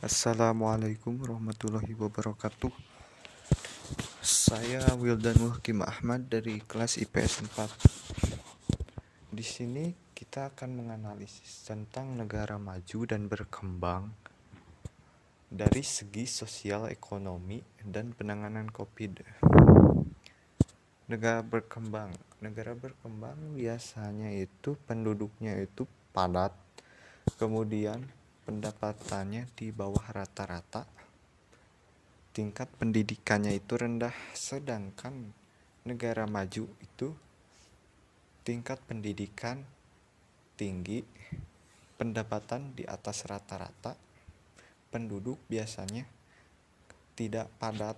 Assalamualaikum warahmatullahi wabarakatuh. Saya Wildan Hakim Ahmad dari kelas IPS 4. Di sini kita akan menganalisis tentang negara maju dan berkembang dari segi sosial ekonomi dan penanganan COVID. Negara berkembang biasanya itu penduduknya itu padat, kemudian pendapatannya di bawah rata-rata, tingkat pendidikannya itu rendah, sedangkan negara maju itu tingkat pendidikan tinggi, pendapatan di atas rata-rata, penduduk biasanya tidak padat.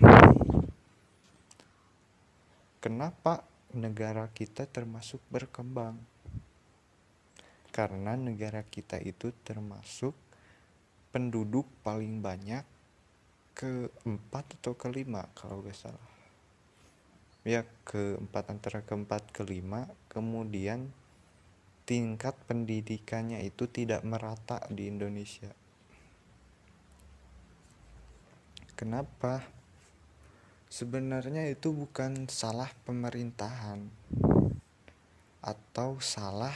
Kenapa negara kita termasuk berkembang? Karena negara kita itu termasuk penduduk paling banyak keempat atau kelima kalau gak salah. Ya, keempat, antara keempat kelima. Kemudian tingkat pendidikannya itu tidak merata di Indonesia. Kenapa? Sebenarnya itu bukan salah pemerintahan atau salah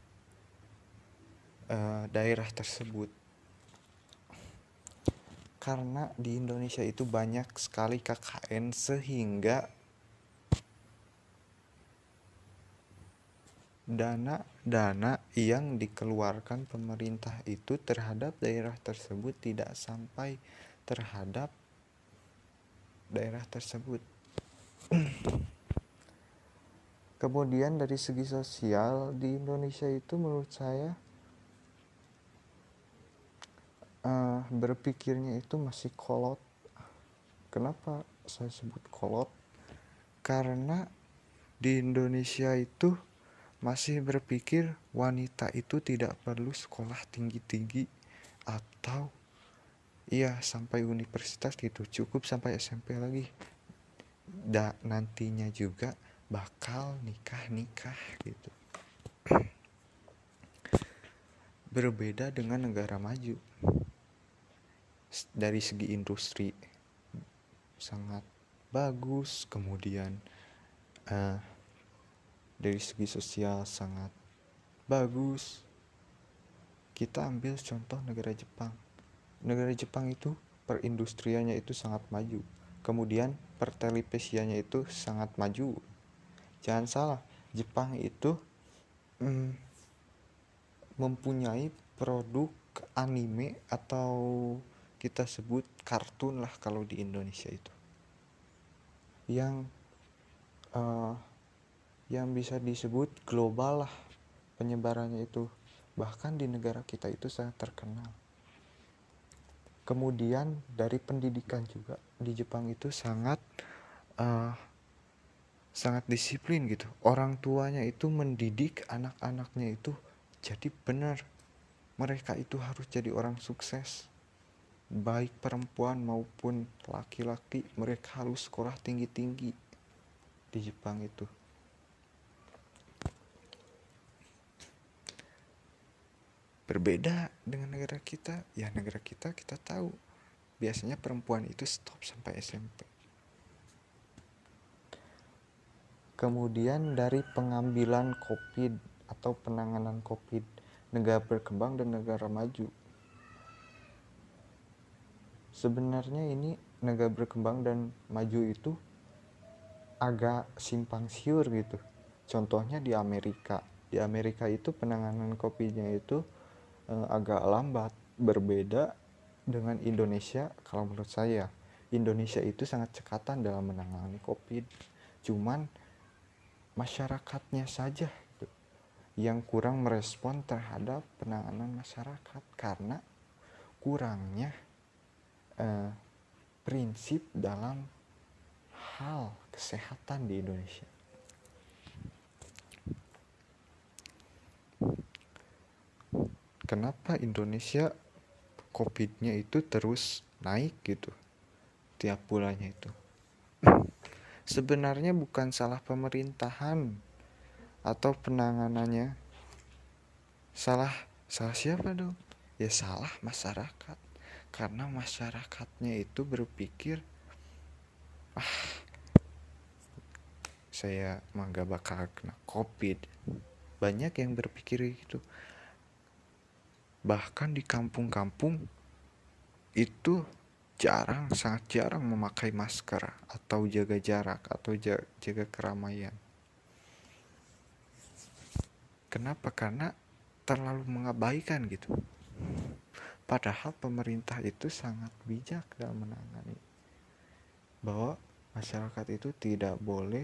daerah tersebut, karena di Indonesia itu banyak sekali KKN sehingga dana yang dikeluarkan pemerintah itu terhadap daerah tersebut tidak sampai terhadap daerah tersebut. Kemudian dari segi sosial di Indonesia itu menurut saya berpikirnya itu masih kolot. Kenapa saya sebut kolot? Karena di Indonesia itu masih berpikir wanita itu tidak perlu sekolah tinggi-tinggi atau sampai universitas gitu, cukup sampai SMP lagi. Nantinya juga bakal nikah gitu. Berbeda dengan negara maju. Dari segi industri sangat bagus, kemudian dari segi sosial sangat bagus. Kita ambil contoh negara Jepang. Negara Jepang itu perindustriannya itu sangat maju, kemudian pertelevisiannya itu sangat maju. Jangan salah, Jepang itu mempunyai produk anime atau kita sebut kartun lah kalau di Indonesia itu, yang bisa disebut global lah penyebarannya itu, bahkan di negara kita itu sangat terkenal. Kemudian dari pendidikan juga di Jepang itu sangat disiplin gitu. Orang tuanya itu mendidik anak-anaknya itu jadi benar. Mereka itu harus jadi orang sukses, baik perempuan maupun laki-laki. Mereka harus sekolah tinggi-tinggi di Jepang itu. Berbeda dengan negara kita. Ya, negara kita tahu biasanya perempuan itu stop sampai SMP. Kemudian dari pengambilan COVID atau penanganan COVID, negara berkembang dan negara maju. Sebenarnya ini negara berkembang dan maju itu agak simpang siur gitu. Contohnya di Amerika. Di Amerika itu penanganan COVID-nya itu agak lambat. Berbeda dengan Indonesia. Kalau menurut saya, Indonesia itu sangat cekatan dalam menangani COVID. Cuman masyarakatnya saja yang kurang merespon terhadap penanganan masyarakat karena kurangnya prinsip dalam hal kesehatan di Indonesia. Kenapa Indonesia COVID-nya itu terus naik gitu tiap bulannya itu? Sebenarnya bukan salah pemerintahan atau penanganannya. Salah siapa dong? Ya salah masyarakat. Karena masyarakatnya itu berpikir, saya mah gak bakal kena COVID. Banyak yang berpikir gitu. Bahkan di kampung-kampung itu sangat jarang memakai masker atau jaga jarak atau jaga keramaian. Kenapa? Karena terlalu mengabaikan gitu. Padahal pemerintah itu sangat bijak dalam menangani bahwa masyarakat itu tidak boleh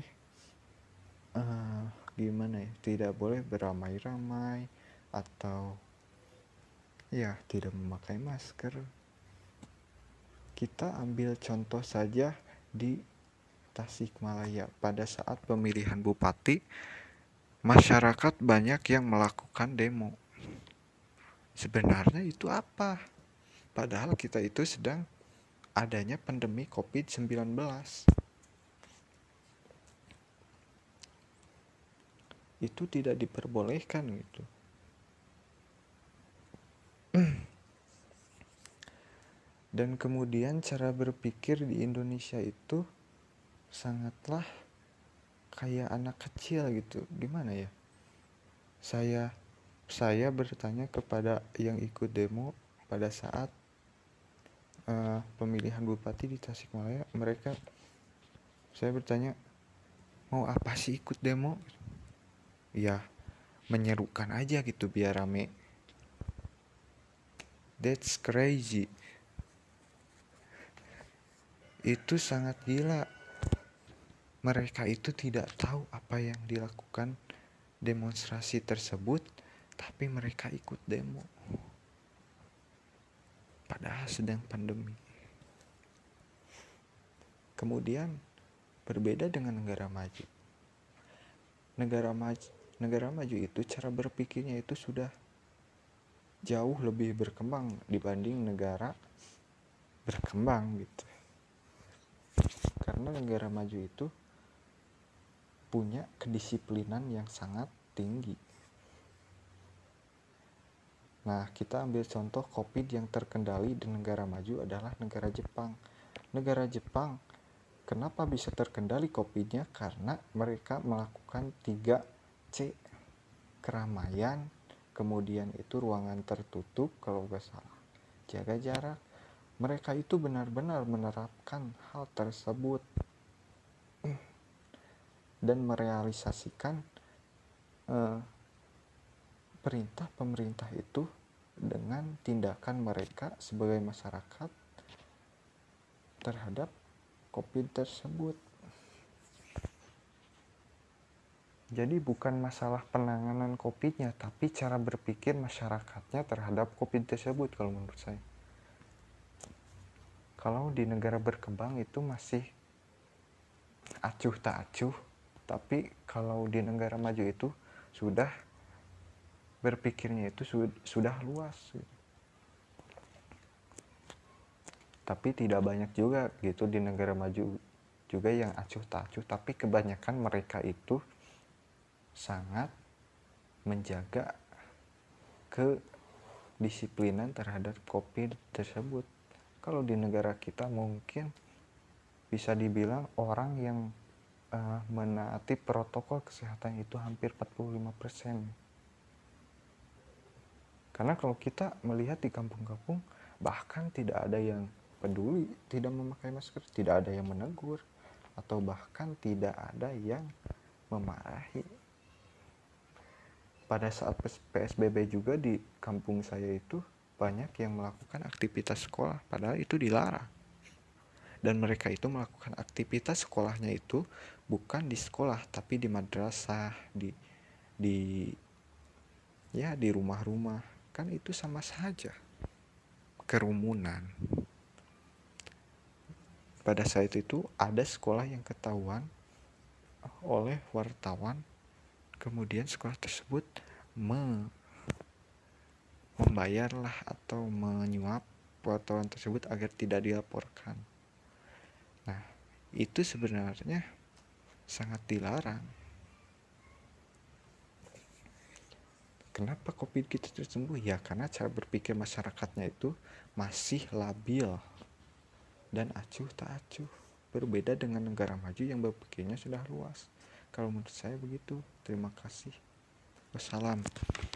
tidak boleh beramai-ramai atau ya tidak memakai masker. Kita ambil contoh saja di Tasikmalaya pada saat pemilihan bupati, masyarakat banyak yang melakukan demo. Sebenarnya itu apa? Padahal kita itu sedang adanya pandemi COVID-19. Itu tidak diperbolehkan gitu. Dan kemudian cara berpikir di Indonesia itu sangatlah kayak anak kecil gitu. Gimana ya? Saya bertanya kepada yang ikut demo pada saat pemilihan bupati di Tasikmalaya. Saya bertanya, mau apa sih ikut demo? Ya, menyerukan aja gitu biar rame. That's crazy. Itu sangat gila. Mereka itu tidak tahu apa yang dilakukan demonstrasi tersebut, tapi mereka ikut demo. Padahal sedang pandemi. Kemudian berbeda dengan negara maju. Negara maju itu cara berpikirnya itu sudah jauh lebih berkembang dibanding negara berkembang gitu. Karena negara maju itu punya kedisiplinan yang sangat tinggi. Nah, kita ambil contoh COVID yang terkendali di negara maju adalah negara Jepang. Negara Jepang, kenapa bisa terkendali COVID-nya? Karena mereka melakukan 3C. Keramaian, kemudian itu ruangan tertutup kalau nggak salah, jaga jarak. Mereka itu benar-benar menerapkan hal tersebut dan merealisasikan perintah pemerintah itu dengan tindakan mereka sebagai masyarakat terhadap COVID tersebut. Jadi bukan masalah penanganan COVID-nya, tapi cara berpikir masyarakatnya terhadap COVID tersebut kalau menurut saya. Kalau di negara berkembang itu masih acuh tak acuh, tapi kalau di negara maju itu sudah berpikirnya itu sudah luas gitu. Tapi tidak banyak juga gitu di negara maju juga yang acuh tak acuh, tapi kebanyakan mereka itu sangat menjaga kedisiplinan terhadap COVID tersebut. Kalau di negara kita mungkin bisa dibilang orang yang menaati protokol kesehatan itu hampir 45%. Karena kalau kita melihat di kampung-kampung, bahkan tidak ada yang peduli tidak memakai masker, tidak ada yang menegur, atau bahkan tidak ada yang memarahi. Pada saat PSBB juga di kampung saya itu banyak yang melakukan aktivitas sekolah, padahal itu dilarang. Dan mereka itu melakukan aktivitas sekolahnya itu bukan di sekolah, tapi di madrasah, di rumah-rumah. Kan itu sama saja kerumunan. Pada saat itu ada sekolah yang ketahuan oleh wartawan, kemudian sekolah tersebut membayarlah atau menyuap wartawan tersebut agar tidak dilaporkan. Nah, itu sebenarnya sangat dilarang. Kenapa COVID kita tidak sembuh? Ya karena cara berpikir masyarakatnya itu masih labil dan acuh tak acuh. Berbeda dengan negara maju yang berpikirnya sudah luas. Kalau menurut saya begitu. Terima kasih. Wassalam.